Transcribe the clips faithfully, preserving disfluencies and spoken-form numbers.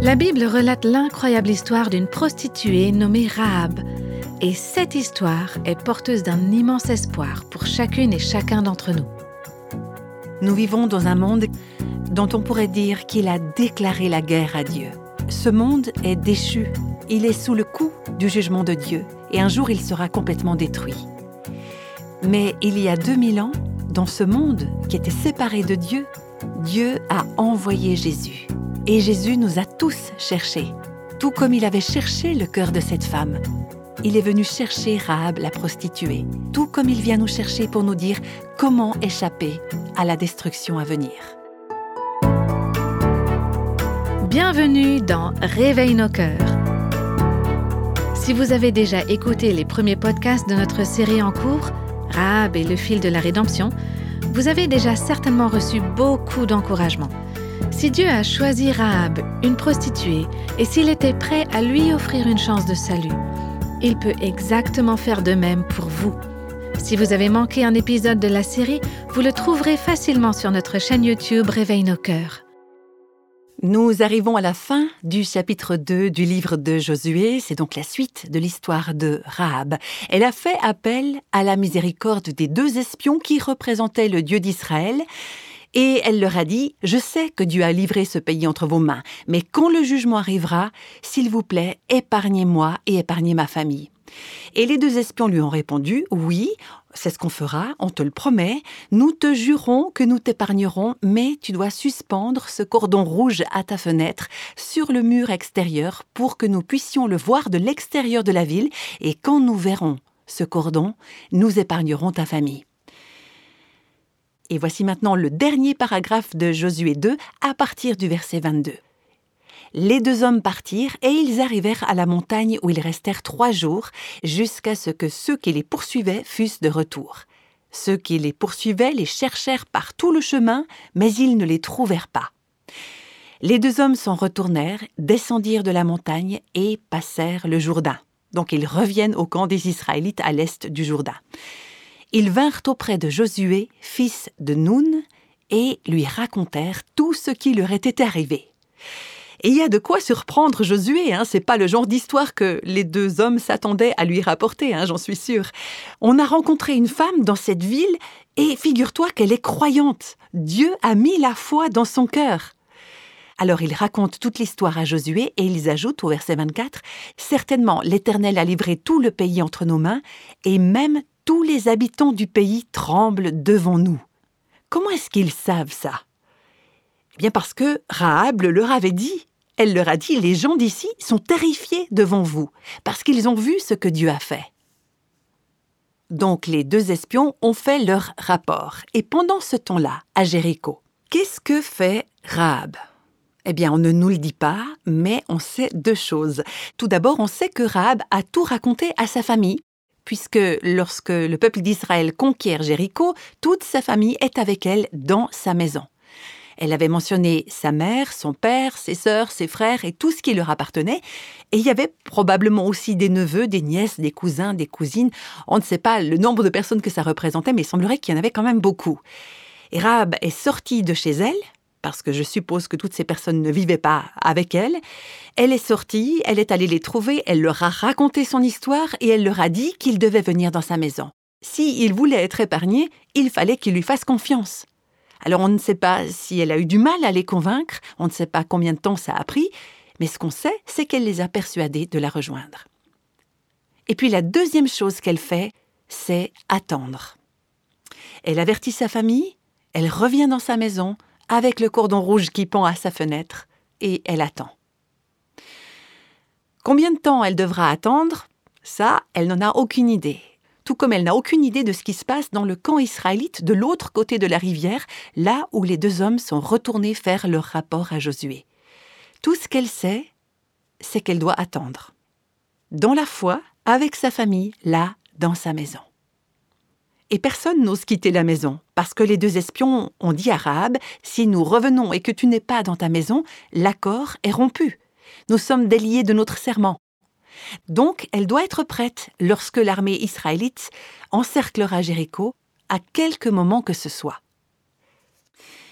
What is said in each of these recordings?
La Bible relate l'incroyable histoire d'une prostituée nommée Rahab. Et cette histoire est porteuse d'un immense espoir pour chacune et chacun d'entre nous. Nous vivons dans un monde dont on pourrait dire qu'il a déclaré la guerre à Dieu. Ce monde est déchu, il est sous le coup du jugement de Dieu et un jour il sera complètement détruit. Mais il y a deux mille ans, dans ce monde qui était séparé de Dieu, Dieu a envoyé Jésus. Et Jésus nous a tous cherchés, tout comme il avait cherché le cœur de cette femme. Il est venu chercher Rahab la prostituée, tout comme il vient nous chercher pour nous dire comment échapper à la destruction à venir. Bienvenue dans Réveille nos cœurs. Si vous avez déjà écouté les premiers podcasts de notre série en cours, Rahab et le fil de la rédemption, vous avez déjà certainement reçu beaucoup d'encouragement. Si Dieu a choisi Rahab, une prostituée, et s'il était prêt à lui offrir une chance de salut, il peut exactement faire de même pour vous. Si vous avez manqué un épisode de la série, vous le trouverez facilement sur notre chaîne YouTube Réveille nos cœurs. Nous arrivons à la fin du chapitre deux du livre de Josué. C'est donc la suite de l'histoire de Rahab. Elle a fait appel à la miséricorde des deux espions qui représentaient le Dieu d'Israël. Et elle leur a dit « Je sais que Dieu a livré ce pays entre vos mains, mais quand le jugement arrivera, s'il vous plaît, épargnez-moi et épargnez ma famille. » Et les deux espions lui ont répondu « Oui, c'est ce qu'on fera, on te le promet. Nous te jurons que nous t'épargnerons, mais tu dois suspendre ce cordon rouge à ta fenêtre sur le mur extérieur pour que nous puissions le voir de l'extérieur de la ville. Et quand nous verrons ce cordon, nous épargnerons ta famille. » Et voici maintenant le dernier paragraphe de Josué deux à partir du verset vingt-deux. Les deux hommes partirent et ils arrivèrent à la montagne où ils restèrent trois jours jusqu'à ce que ceux qui les poursuivaient fussent de retour. Ceux qui les poursuivaient les cherchèrent par tout le chemin, mais ils ne les trouvèrent pas. Les deux hommes s'en retournèrent, descendirent de la montagne et passèrent le Jourdain. Donc ils reviennent au camp des Israélites à l'est du Jourdain. Ils vinrent auprès de Josué, fils de Nun, et lui racontèrent tout ce qui leur était arrivé. Et il y a de quoi surprendre Josué, hein, c'est pas le genre d'histoire que les deux hommes s'attendaient à lui rapporter, hein, j'en suis sûre. On a rencontré une femme dans cette ville, et figure-toi qu'elle est croyante. Dieu a mis la foi dans son cœur. Alors ils racontent toute l'histoire à Josué, et ils ajoutent au verset vingt-quatre, « Certainement l'Éternel a livré tout le pays entre nos mains, et même tous les habitants du pays tremblent devant nous. » Comment est-ce qu'ils savent ça? Eh bien parce que Rahab leur avait dit. Elle leur a dit « Les gens d'ici sont terrifiés devant vous, parce qu'ils ont vu ce que Dieu a fait. » Donc les deux espions ont fait leur rapport. Et pendant ce temps-là, à Jéricho, qu'est-ce que fait Rahab? Eh bien, on ne nous le dit pas, mais on sait deux choses. Tout d'abord, on sait que Rahab a tout raconté à sa famille, puisque lorsque le peuple d'Israël conquiert Jéricho, toute sa famille est avec elle dans sa maison. Elle avait mentionné sa mère, son père, ses sœurs, ses frères et tout ce qui leur appartenait. Et il y avait probablement aussi des neveux, des nièces, des cousins, des cousines. On ne sait pas le nombre de personnes que ça représentait, mais il semblerait qu'il y en avait quand même beaucoup. Et Rahab est sortie de chez elle, parce que je suppose que toutes ces personnes ne vivaient pas avec elle. Elle est sortie, elle est allée les trouver, elle leur a raconté son histoire et elle leur a dit qu'ils devaient venir dans sa maison. S'ils voulaient être épargnés, il fallait qu'ils lui fassent confiance. Alors on ne sait pas si elle a eu du mal à les convaincre, on ne sait pas combien de temps ça a pris, mais ce qu'on sait, c'est qu'elle les a persuadés de la rejoindre. Et puis la deuxième chose qu'elle fait, c'est attendre. Elle avertit sa famille, elle revient dans sa maison, avec le cordon rouge qui pend à sa fenêtre, et elle attend. Combien de temps elle devra attendre? Ça, elle n'en a aucune idée. Tout comme elle n'a aucune idée de ce qui se passe dans le camp israélite de l'autre côté de la rivière, là où les deux hommes sont retournés faire leur rapport à Josué. Tout ce qu'elle sait, c'est qu'elle doit attendre. Dans la foi, avec sa famille, là, dans sa maison. Et personne n'ose quitter la maison, parce que les deux espions ont dit à Rahab, « Si nous revenons et que tu n'es pas dans ta maison, l'accord est rompu. Nous sommes déliés de notre serment. » Donc, elle doit être prête lorsque l'armée israélite encerclera Jéricho, à quelque moment que ce soit.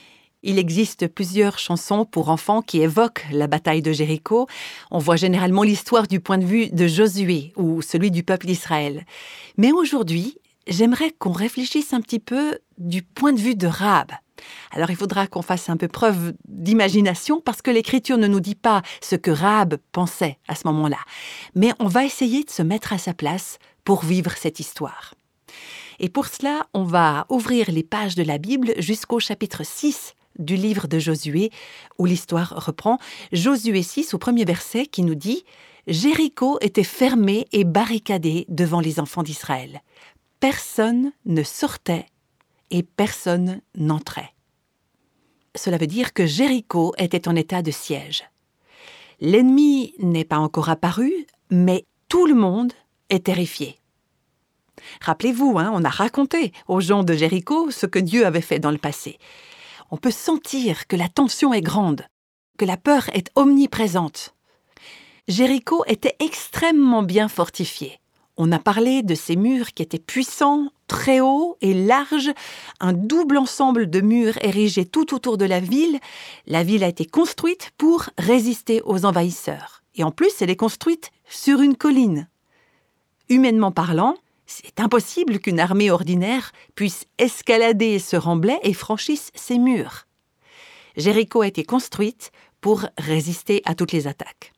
Il existe plusieurs chansons pour enfants qui évoquent la bataille de Jéricho. On voit généralement l'histoire du point de vue de Josué ou celui du peuple d'Israël. Mais aujourd'hui, j'aimerais qu'on réfléchisse un petit peu du point de vue de Rahab. Alors il faudra qu'on fasse un peu preuve d'imagination parce que l'Écriture ne nous dit pas ce que Rahab pensait à ce moment-là. Mais on va essayer de se mettre à sa place pour vivre cette histoire. Et pour cela, on va ouvrir les pages de la Bible jusqu'au chapitre six du livre de Josué, où l'histoire reprend. Josué six, au premier verset, qui nous dit « Jéricho était fermé et barricadé devant les enfants d'Israël. Personne ne sortait et personne n'entrait. » Cela veut dire que Jéricho était en état de siège. L'ennemi n'est pas encore apparu, mais tout le monde est terrifié. Rappelez-vous, hein, on a raconté aux gens de Jéricho ce que Dieu avait fait dans le passé. On peut sentir que la tension est grande, que la peur est omniprésente. Jéricho était extrêmement bien fortifié. On a parlé de ces murs qui étaient puissants, très hauts et larges, un double ensemble de murs érigés tout autour de la ville. La ville a été construite pour résister aux envahisseurs. Et en plus, elle est construite sur une colline. Humainement parlant, c'est impossible qu'une armée ordinaire puisse escalader ce remblai et franchisse ces murs. Jéricho a été construite pour résister à toutes les attaques.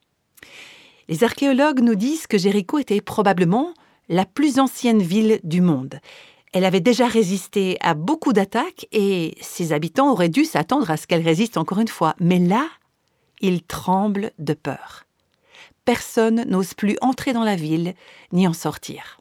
Les archéologues nous disent que Jéricho était probablement la plus ancienne ville du monde. Elle avait déjà résisté à beaucoup d'attaques et ses habitants auraient dû s'attendre à ce qu'elle résiste encore une fois. Mais là, ils tremblent de peur. Personne n'ose plus entrer dans la ville ni en sortir.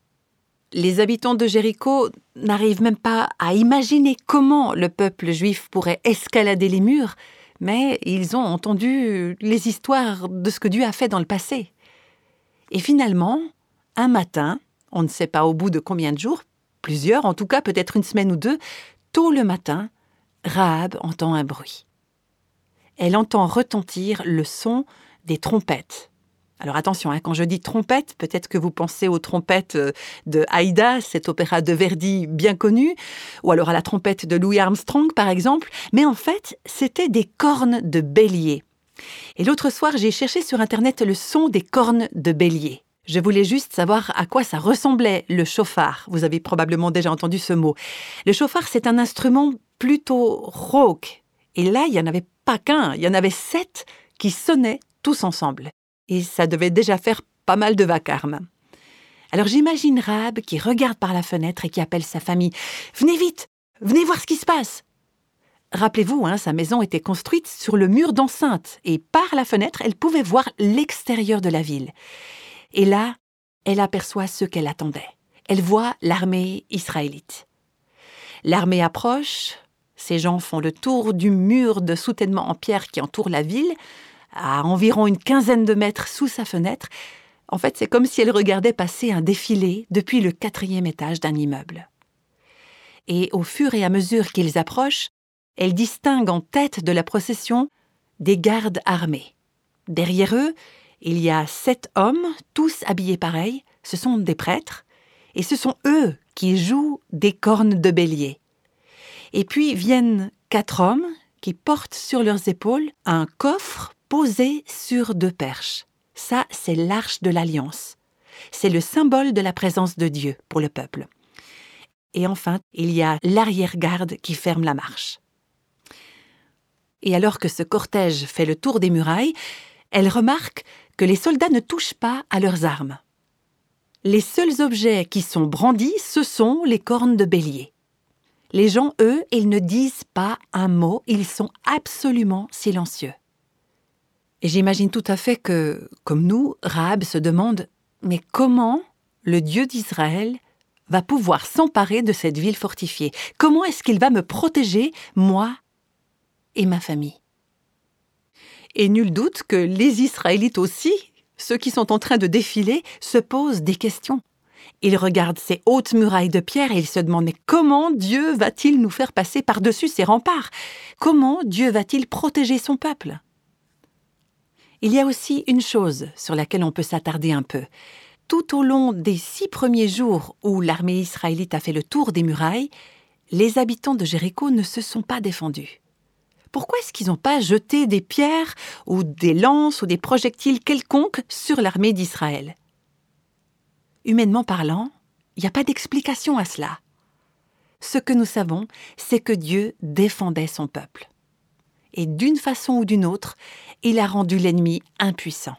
Les habitants de Jéricho n'arrivent même pas à imaginer comment le peuple juif pourrait escalader les murs, mais ils ont entendu les histoires de ce que Dieu a fait dans le passé. Et finalement, un matin, on ne sait pas au bout de combien de jours, plusieurs, en tout cas peut-être une semaine ou deux, tôt le matin, Rahab entend un bruit. Elle entend retentir le son des trompettes. Alors attention, hein, quand je dis trompette, peut-être que vous pensez aux trompettes de Aïda, cet opéra de Verdi bien connu, ou alors à la trompette de Louis Armstrong, par exemple. Mais en fait, c'était des cornes de bélier. Et l'autre soir, j'ai cherché sur Internet le son des cornes de bélier. Je voulais juste savoir à quoi ça ressemblait, le chauffard. Vous avez probablement déjà entendu ce mot. Le chauffard, c'est un instrument plutôt rauque. Et là, il n'y en avait pas qu'un, il y en avait sept qui sonnaient tous ensemble. Et ça devait déjà faire pas mal de vacarme. Alors j'imagine Rahab qui regarde par la fenêtre et qui appelle sa famille. « Venez vite, venez voir ce qui se passe !» Rappelez-vous, hein, sa maison était construite sur le mur d'enceinte et par la fenêtre, elle pouvait voir l'extérieur de la ville. Et là, elle aperçoit ce qu'elle attendait. Elle voit l'armée israélite. L'armée approche, ces gens font le tour du mur de soutènement en pierre qui entoure la ville, à environ une quinzaine de mètres sous sa fenêtre. En fait, c'est comme si elle regardait passer un défilé depuis le quatrième étage d'un immeuble. Et au fur et à mesure qu'ils approchent, elle distingue en tête de la procession des gardes armés. Derrière eux, il y a sept hommes, tous habillés pareil, ce sont des prêtres, et ce sont eux qui jouent des cornes de bélier. Et puis viennent quatre hommes qui portent sur leurs épaules un coffre posé sur deux perches. Ça, c'est l'arche de l'Alliance. C'est le symbole de la présence de Dieu pour le peuple. Et enfin, il y a l'arrière-garde qui ferme la marche. Et alors que ce cortège fait le tour des murailles, elle remarque que les soldats ne touchent pas à leurs armes. Les seuls objets qui sont brandis, ce sont les cornes de bélier. Les gens, eux, ils ne disent pas un mot, ils sont absolument silencieux. Et j'imagine tout à fait que, comme nous, Rahab se demande « Mais comment le Dieu d'Israël va pouvoir s'emparer de cette ville fortifiée? Comment est-ce qu'il va me protéger, moi et ma famille ?» Et nul doute que les Israélites aussi, ceux qui sont en train de défiler, se posent des questions. Ils regardent ces hautes murailles de pierre et ils se demandent « Mais comment Dieu va-t-il nous faire passer par-dessus ces remparts? Comment Dieu va-t-il protéger son peuple ?» Il y a aussi une chose sur laquelle on peut s'attarder un peu. Tout au long des six premiers jours où l'armée israélite a fait le tour des murailles, les habitants de Jéricho ne se sont pas défendus. Pourquoi est-ce qu'ils n'ont pas jeté des pierres ou des lances ou des projectiles quelconques sur l'armée d'Israël? Humainement parlant, il n'y a pas d'explication à cela. Ce que nous savons, c'est que Dieu défendait son peuple. Et d'une façon ou d'une autre, il a rendu l'ennemi impuissant.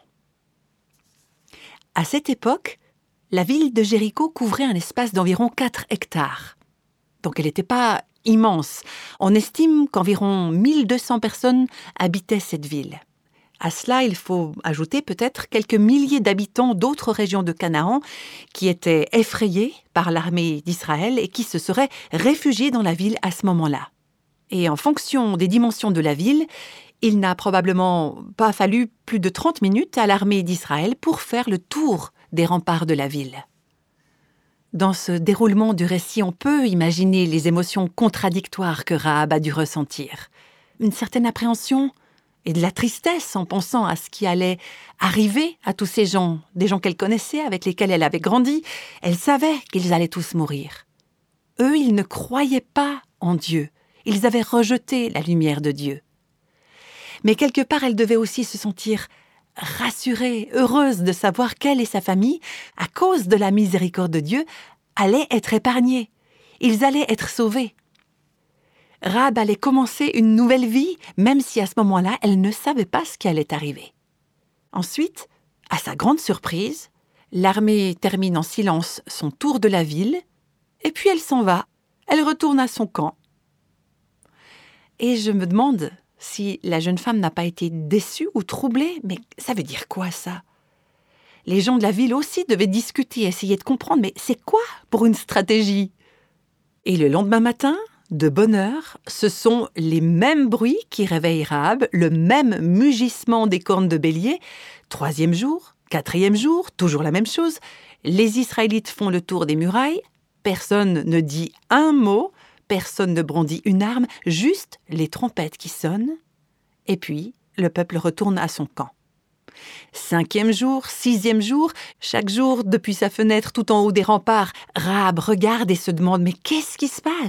À cette époque, la ville de Jéricho couvrait un espace d'environ quatre hectares. Donc elle n'était pas immense. On estime qu'environ mille deux cents personnes habitaient cette ville. À cela, il faut ajouter peut-être quelques milliers d'habitants d'autres régions de Canaan qui étaient effrayés par l'armée d'Israël et qui se seraient réfugiés dans la ville à ce moment-là. Et en fonction des dimensions de la ville, il n'a probablement pas fallu plus de trente minutes à l'armée d'Israël pour faire le tour des remparts de la ville. Dans ce déroulement du récit, on peut imaginer les émotions contradictoires que Rahab a dû ressentir. Une certaine appréhension et de la tristesse en pensant à ce qui allait arriver à tous ces gens, des gens qu'elle connaissait, avec lesquels elle avait grandi. Elle savait qu'ils allaient tous mourir. Eux, ils ne croyaient pas en Dieu. Ils avaient rejeté la lumière de Dieu. Mais quelque part, elle devait aussi se sentir rassurée, heureuse de savoir qu'elle et sa famille, à cause de la miséricorde de Dieu, allaient être épargnés. Ils allaient être sauvés. Rahab allait commencer une nouvelle vie, même si à ce moment-là, elle ne savait pas ce qui allait arriver. Ensuite, à sa grande surprise, l'armée termine en silence son tour de la ville, et puis elle s'en va. Elle retourne à son camp. Et je me demande si la jeune femme n'a pas été déçue ou troublée, mais ça veut dire quoi ça? Les gens de la ville aussi devaient discuter, essayer de comprendre, mais c'est quoi pour une stratégie? Et le lendemain matin, de bonne heure, ce sont les mêmes bruits qui réveillent Rahab, le même mugissement des cornes de bélier. Troisième jour, quatrième jour, toujours la même chose. Les Israélites font le tour des murailles, personne ne dit un mot, personne ne brandit une arme, juste les trompettes qui sonnent, et puis le peuple retourne à son camp. Cinquième jour, sixième jour, chaque jour, depuis sa fenêtre tout en haut des remparts, Rahab regarde et se demande « Mais qu'est-ce qui se passe ?»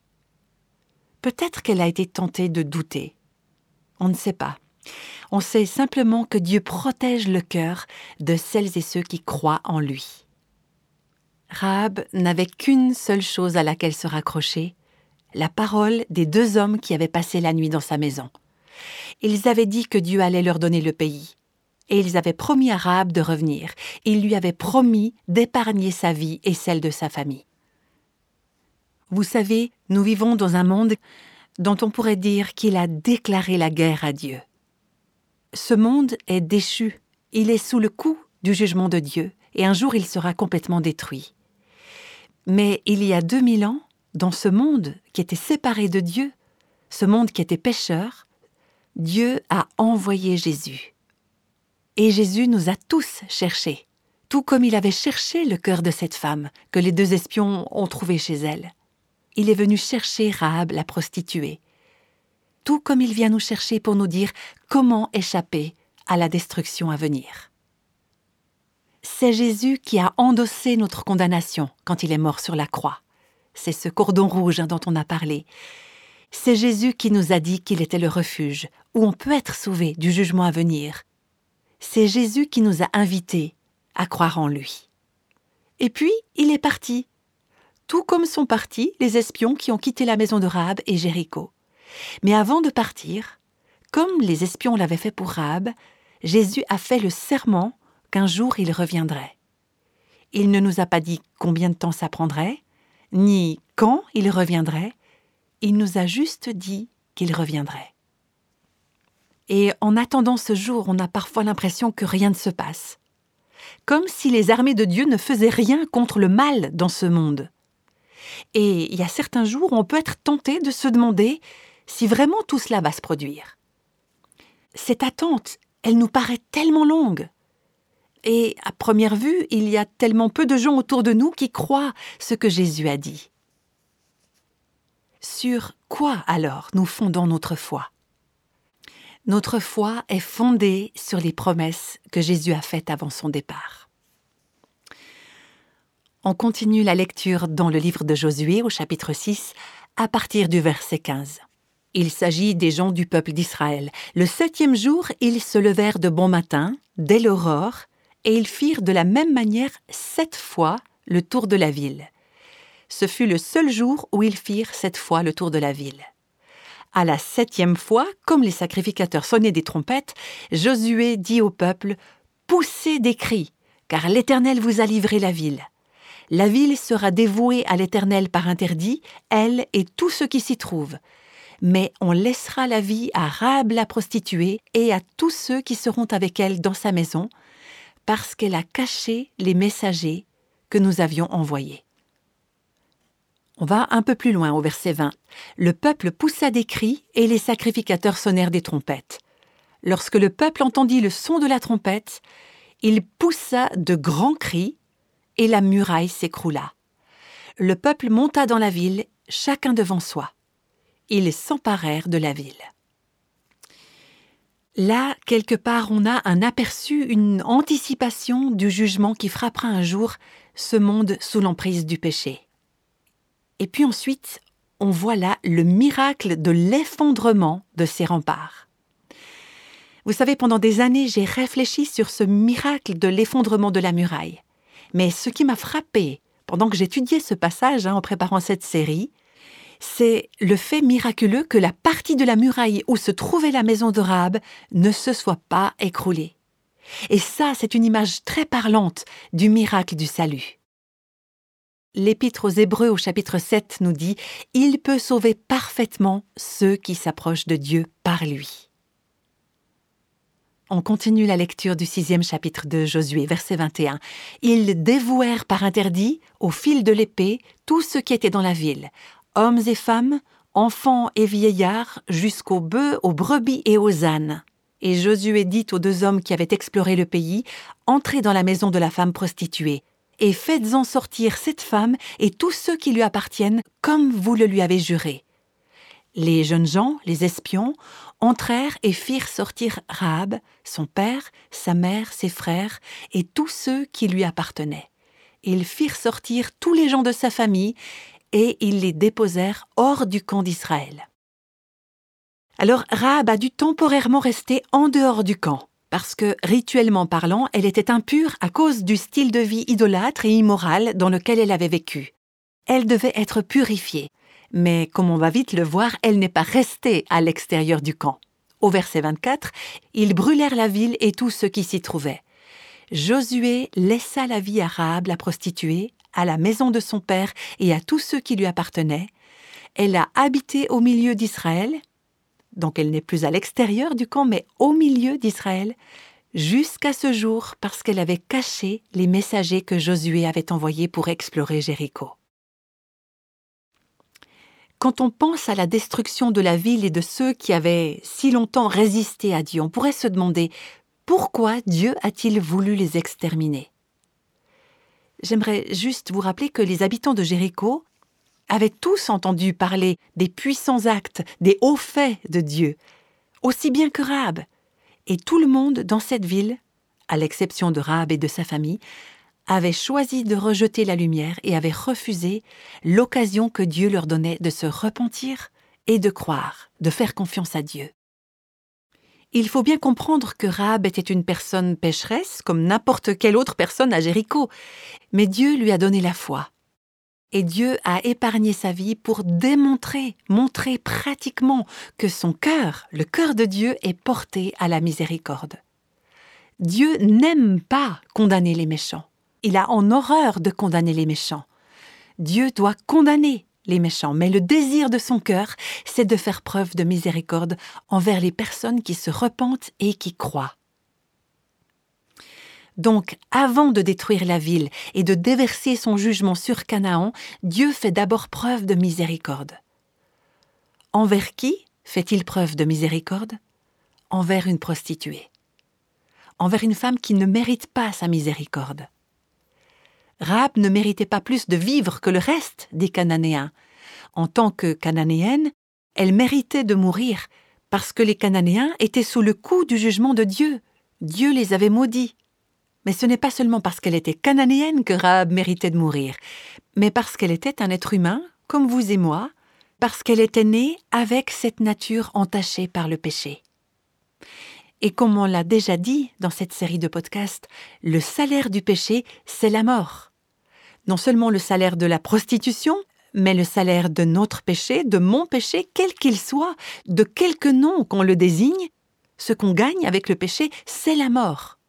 Peut-être qu'elle a été tentée de douter. On ne sait pas. On sait simplement que Dieu protège le cœur de celles et ceux qui croient en lui. Rahab n'avait qu'une seule chose à laquelle se raccrocher, la parole des deux hommes qui avaient passé la nuit dans sa maison. Ils avaient dit que Dieu allait leur donner le pays, et ils avaient promis à Rahab de revenir. Ils lui avaient promis d'épargner sa vie et celle de sa famille. Vous savez, nous vivons dans un monde dont on pourrait dire qu'il a déclaré la guerre à Dieu. Ce monde est déchu, il est sous le coup du jugement de Dieu, et un jour il sera complètement détruit. Mais il y a deux mille ans, dans ce monde qui était séparé de Dieu, ce monde qui était pécheur, Dieu a envoyé Jésus. Et Jésus nous a tous cherchés, tout comme il avait cherché le cœur de cette femme que les deux espions ont trouvé chez elle. Il est venu chercher Rahab, la prostituée, tout comme il vient nous chercher pour nous dire comment échapper à la destruction à venir. C'est Jésus qui a endossé notre condamnation quand il est mort sur la croix. C'est ce cordon rouge hein, dont on a parlé. C'est Jésus qui nous a dit qu'il était le refuge, où on peut être sauvé du jugement à venir. C'est Jésus qui nous a invités à croire en lui. Et puis, il est parti. Tout comme sont partis les espions qui ont quitté la maison de Rahab et Jéricho. Mais avant de partir, comme les espions l'avaient fait pour Rahab, Jésus a fait le serment qu'un jour il reviendrait. Il ne nous a pas dit combien de temps ça prendrait, ni quand il reviendrait, il nous a juste dit qu'il reviendrait. Et en attendant ce jour, on a parfois l'impression que rien ne se passe. Comme si les armées de Dieu ne faisaient rien contre le mal dans ce monde. Et il y a certains jours où on peut être tenté de se demander si vraiment tout cela va se produire. Cette attente, elle nous paraît tellement longue. Et à première vue, il y a tellement peu de gens autour de nous qui croient ce que Jésus a dit. Sur quoi alors nous fondons notre foi ? Notre foi est fondée sur les promesses que Jésus a faites avant son départ. On continue la lecture dans le livre de Josué au chapitre six, à partir du verset quinze. Il s'agit des gens du peuple d'Israël. Le septième jour, ils se levèrent de bon matin, dès l'aurore, et ils firent de la même manière sept fois le tour de la ville. Ce fut le seul jour où ils firent sept fois le tour de la ville. À la septième fois, comme les sacrificateurs sonnaient des trompettes, Josué dit au peuple « Poussez des cris, car l'Éternel vous a livré la ville. La ville sera dévouée à l'Éternel par interdit, elle et tout ce qui s'y trouve. Mais on laissera la vie à Rahab la prostituée et à tous ceux qui seront avec elle dans sa maison, parce qu'elle a caché les messagers que nous avions envoyés. » On va un peu plus loin au verset vingt. Le peuple poussa des cris et les sacrificateurs sonnèrent des trompettes. Lorsque le peuple entendit le son de la trompette, il poussa de grands cris et la muraille s'écroula. Le peuple monta dans la ville, chacun devant soi. Ils s'emparèrent de la ville. Là, quelque part, on a un aperçu, une anticipation du jugement qui frappera un jour ce monde sous l'emprise du péché. Et puis ensuite, on voit là le miracle de l'effondrement de ces remparts. Vous savez, pendant des années, j'ai réfléchi sur ce miracle de l'effondrement de la muraille. Mais ce qui m'a frappé pendant que j'étudiais ce passage hein, en préparant cette série, c'est le fait miraculeux que la partie de la muraille où se trouvait la maison de Rahab ne se soit pas écroulée. Et ça, c'est une image très parlante du miracle du salut. L'Épître aux Hébreux au chapitre sept nous dit « Il peut sauver parfaitement ceux qui s'approchent de Dieu par lui ». On continue la lecture du sixième chapitre de Josué, verset vingt et un. « Ils dévouèrent par interdit, au fil de l'épée, tout ce qui était dans la ville, hommes et femmes, enfants et vieillards, jusqu'aux bœufs, aux brebis et aux ânes. Et Josué dit aux deux hommes qui avaient exploré le pays, « Entrez dans la maison de la femme prostituée, et faites-en sortir cette femme et tous ceux qui lui appartiennent, comme vous le lui avez juré. » Les jeunes gens, les espions, entrèrent et firent sortir Rahab, son père, sa mère, ses frères, et tous ceux qui lui appartenaient. Ils firent sortir tous les gens de sa famille, et ils les déposèrent hors du camp d'Israël. Alors Rahab a dû temporairement rester en dehors du camp, parce que, rituellement parlant, elle était impure à cause du style de vie idolâtre et immoral dans lequel elle avait vécu. Elle devait être purifiée, mais comme on va vite le voir, elle n'est pas restée à l'extérieur du camp. Au verset vingt-quatre, ils brûlèrent la ville et tout ce qui s'y trouvait. Josué laissa la vie à Rahab la prostituée, à la maison de son père et à tous ceux qui lui appartenaient. Elle a habité au milieu d'Israël, donc elle n'est plus à l'extérieur du camp, mais au milieu d'Israël, jusqu'à ce jour parce qu'elle avait caché les messagers que Josué avait envoyés pour explorer Jéricho. Quand on pense à la destruction de la ville et de ceux qui avaient si longtemps résisté à Dieu, on pourrait se demander pourquoi Dieu a-t-il voulu les exterminer ? J'aimerais juste vous rappeler que les habitants de Jéricho avaient tous entendu parler des puissants actes, des hauts faits de Dieu, aussi bien que Rahab. Et tout le monde dans cette ville, à l'exception de Rahab et de sa famille, avait choisi de rejeter la lumière et avait refusé l'occasion que Dieu leur donnait de se repentir et de croire, de faire confiance à Dieu. Il faut bien comprendre que Rahab était une personne pécheresse comme n'importe quelle autre personne à Jéricho, mais Dieu lui a donné la foi. Et Dieu a épargné sa vie pour démontrer, montrer pratiquement que son cœur, le cœur de Dieu, est porté à la miséricorde. Dieu n'aime pas condamner les méchants. Il a en horreur de condamner les méchants. Dieu doit condamner les méchants, mais le désir de son cœur, c'est de faire preuve de miséricorde envers les personnes qui se repentent et qui croient. Donc, avant de détruire la ville et de déverser son jugement sur Canaan, Dieu fait d'abord preuve de miséricorde. Envers qui fait-il preuve de miséricorde ? Envers une prostituée. Envers une femme qui ne mérite pas sa miséricorde. Rahab ne méritait pas plus de vivre que le reste des Cananéens. En tant que Cananéenne, elle méritait de mourir parce que les Cananéens étaient sous le coup du jugement de Dieu. Dieu les avait maudits. Mais ce n'est pas seulement parce qu'elle était cananéenne que Rahab méritait de mourir, mais parce qu'elle était un être humain, comme vous et moi, parce qu'elle était née avec cette nature entachée par le péché. Et comme on l'a déjà dit dans cette série de podcasts, le salaire du péché, c'est la mort. Non seulement le salaire de la prostitution, mais le salaire de notre péché, de mon péché, quel qu'il soit, de quelque nom qu'on le désigne, ce qu'on gagne avec le péché, c'est la mort.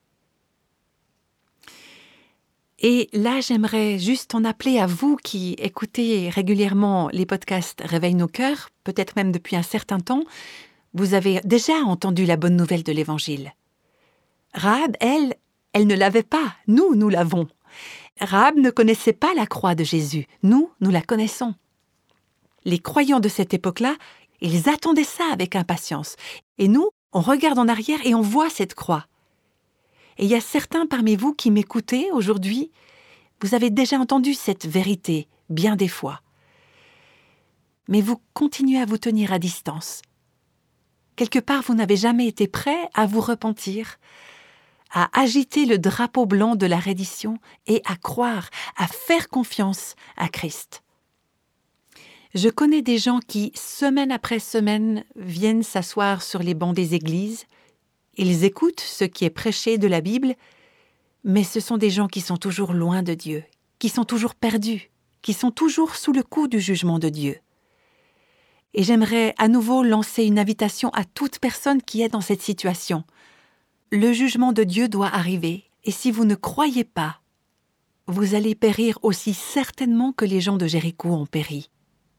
Et là, j'aimerais juste en appeler à vous qui écoutez régulièrement les podcasts Réveille nos cœurs, peut-être même depuis un certain temps, vous avez déjà entendu la bonne nouvelle de l'Évangile. Rahab, elle, elle ne l'avait pas, nous, nous l'avons. Rahab ne connaissait pas la croix de Jésus, nous, nous la connaissons. Les croyants de cette époque-là, ils attendaient ça avec impatience. Et nous, on regarde en arrière et on voit cette croix. Et il y a certains parmi vous qui m'écoutez aujourd'hui, vous avez déjà entendu cette vérité bien des fois. Mais vous continuez à vous tenir à distance. Quelque part, vous n'avez jamais été prêt à vous repentir, à agiter le drapeau blanc de la reddition et à croire, à faire confiance à Christ. Je connais des gens qui, semaine après semaine, viennent s'asseoir sur les bancs des églises. Ils écoutent ce qui est prêché de la Bible, mais ce sont des gens qui sont toujours loin de Dieu, qui sont toujours perdus, qui sont toujours sous le coup du jugement de Dieu. Et j'aimerais à nouveau lancer une invitation à toute personne qui est dans cette situation. Le jugement de Dieu doit arriver, et si vous ne croyez pas, vous allez périr aussi certainement que les gens de Jéricho ont péri.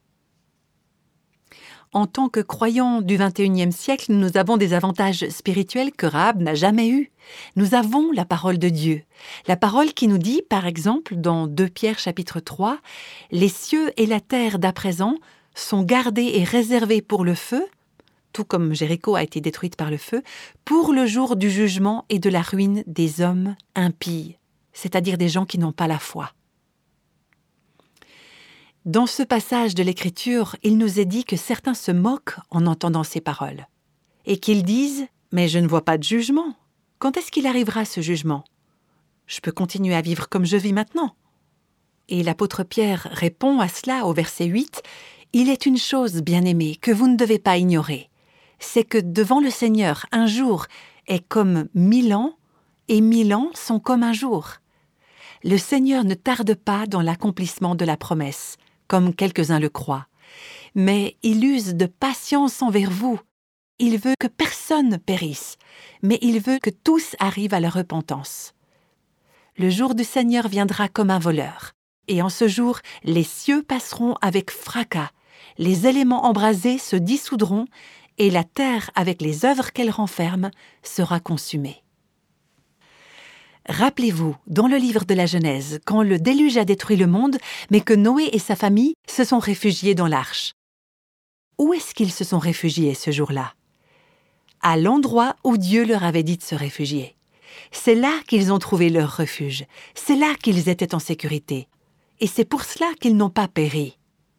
En tant que croyants du vingt et unième siècle, nous avons des avantages spirituels que Rahab n'a jamais eus. Nous avons la parole de Dieu. La parole qui nous dit, par exemple, dans deux Pierre chapitre trois, « Les cieux et la terre d'à présent sont gardés et réservés pour le feu », tout comme Jéricho a été détruite par le feu, pour le jour du jugement et de la ruine des hommes impies, c'est-à-dire des gens qui n'ont pas la foi. Dans ce passage de l'Écriture, il nous est dit que certains se moquent en entendant ces paroles, et qu'ils disent « Mais je ne vois pas de jugement. Quand est-ce qu'il arrivera ce jugement? Je peux continuer à vivre comme je vis maintenant. » Et l'apôtre Pierre répond à cela au verset huit, « Il est une chose, bien-aimée, que vous ne devez pas ignorer. C'est que devant le Seigneur, un jour est comme mille ans, et mille ans sont comme un jour. Le Seigneur ne tarde pas dans l'accomplissement de la promesse, comme quelques-uns le croient, mais il use de patience envers vous. Il veut que personne ne périsse, mais il veut que tous arrivent à la repentance. Le jour du Seigneur viendra comme un voleur, et en ce jour, les cieux passeront avec fracas, les éléments embrasés se dissoudront, et la terre, avec les œuvres qu'elle renferme, sera consumée. » Rappelez-vous, dans le livre de la Genèse, quand le déluge a détruit le monde, mais que Noé et sa famille se sont réfugiés dans l'arche. Où est-ce qu'ils se sont réfugiés ce jour-là? À l'endroit où Dieu leur avait dit de se réfugier. C'est là qu'ils ont trouvé leur refuge. C'est là qu'ils étaient en sécurité. Et c'est pour cela qu'ils n'ont pas péri.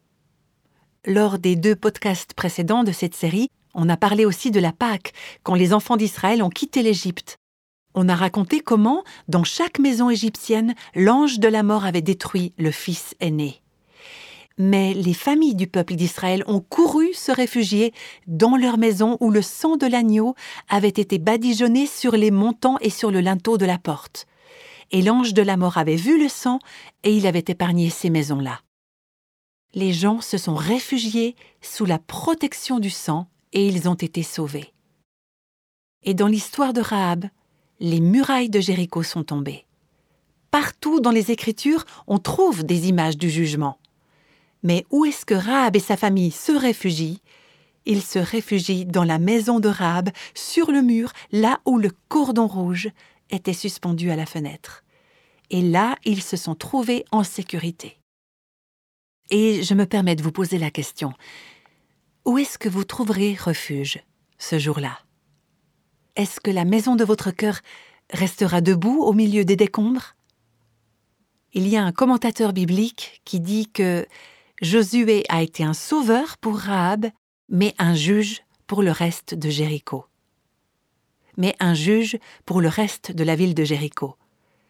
Lors des deux podcasts précédents de cette série, on a parlé aussi de la Pâque, quand les enfants d'Israël ont quitté l'Égypte. On a raconté comment, dans chaque maison égyptienne, l'ange de la mort avait détruit le fils aîné. Mais les familles du peuple d'Israël ont couru se réfugier dans leur maison où le sang de l'agneau avait été badigeonné sur les montants et sur le linteau de la porte. Et l'ange de la mort avait vu le sang et il avait épargné ces maisons-là. Les gens se sont réfugiés sous la protection du sang et ils ont été sauvés. Et dans l'histoire de Rahab, les murailles de Jéricho sont tombées. Partout dans les Écritures, on trouve des images du jugement. Mais où est-ce que Rahab et sa famille se réfugient? Ils se réfugient dans la maison de Rahab, sur le mur, là où le cordon rouge était suspendu à la fenêtre. Et là, ils se sont trouvés en sécurité. Et je me permets de vous poser la question. Où est-ce que vous trouverez refuge ce jour-là? Est-ce que la maison de votre cœur restera debout au milieu des décombres? Il y a un commentateur biblique qui dit que Josué a été un sauveur pour Rahab, mais un juge pour le reste de Jéricho. Mais un juge pour le reste de la ville de Jéricho.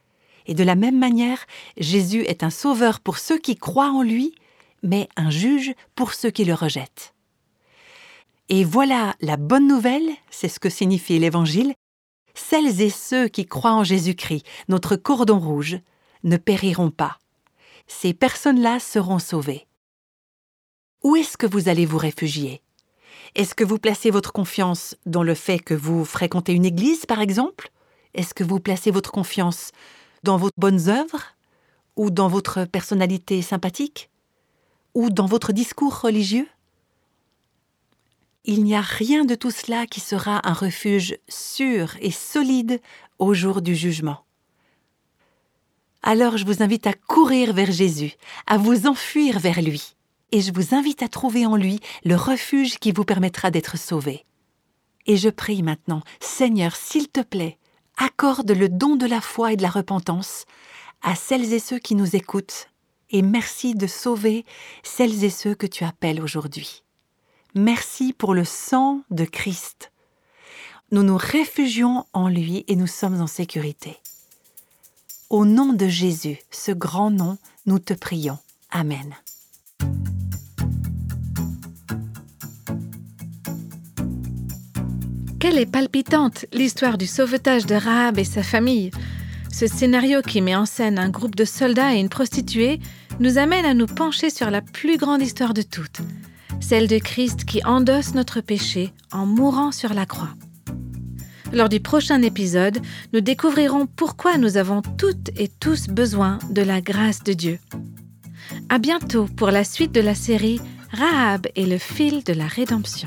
Et de la même manière, Jésus est un sauveur pour ceux qui croient en lui, mais un juge pour ceux qui le rejettent. Et voilà la bonne nouvelle, c'est ce que signifie l'Évangile. Celles et ceux qui croient en Jésus-Christ, notre cordon rouge, ne périront pas. Ces personnes-là seront sauvées. Où est-ce que vous allez vous réfugier? Est-ce que vous placez votre confiance dans le fait que vous fréquentez une église, par exemple? Est-ce que vous placez votre confiance dans vos bonnes œuvres? Ou dans votre personnalité sympathique? Ou dans votre discours religieux? Il n'y a rien de tout cela qui sera un refuge sûr et solide au jour du jugement. Alors je vous invite à courir vers Jésus, à vous enfuir vers lui, et je vous invite à trouver en lui le refuge qui vous permettra d'être sauvés. Et je prie maintenant, Seigneur, s'il te plaît, accorde le don de la foi et de la repentance à celles et ceux qui nous écoutent, et merci de sauver celles et ceux que tu appelles aujourd'hui. Merci pour le sang de Christ. Nous nous réfugions en lui et nous sommes en sécurité. Au nom de Jésus, ce grand nom, nous te prions. Amen. Quelle est palpitante l'histoire du sauvetage de Rahab et sa famille. Ce scénario qui met en scène un groupe de soldats et une prostituée nous amène à nous pencher sur la plus grande histoire de toutes, celle de Christ qui endosse notre péché en mourant sur la croix. Lors du prochain épisode, nous découvrirons pourquoi nous avons toutes et tous besoin de la grâce de Dieu. À bientôt pour la suite de la série Rahab et le fil de la rédemption.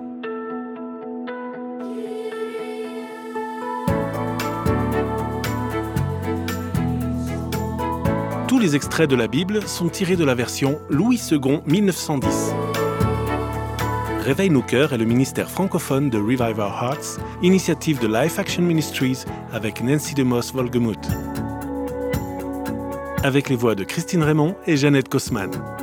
Tous les extraits de la Bible sont tirés de la version Louis second mille neuf cent dix. Réveille nos cœurs est le ministère francophone de Revive Our Hearts, initiative de Life Action Ministries avec Nancy DeMoss Wolgemuth. Avec les voix de Christine Raymond et Jeannette Kosman.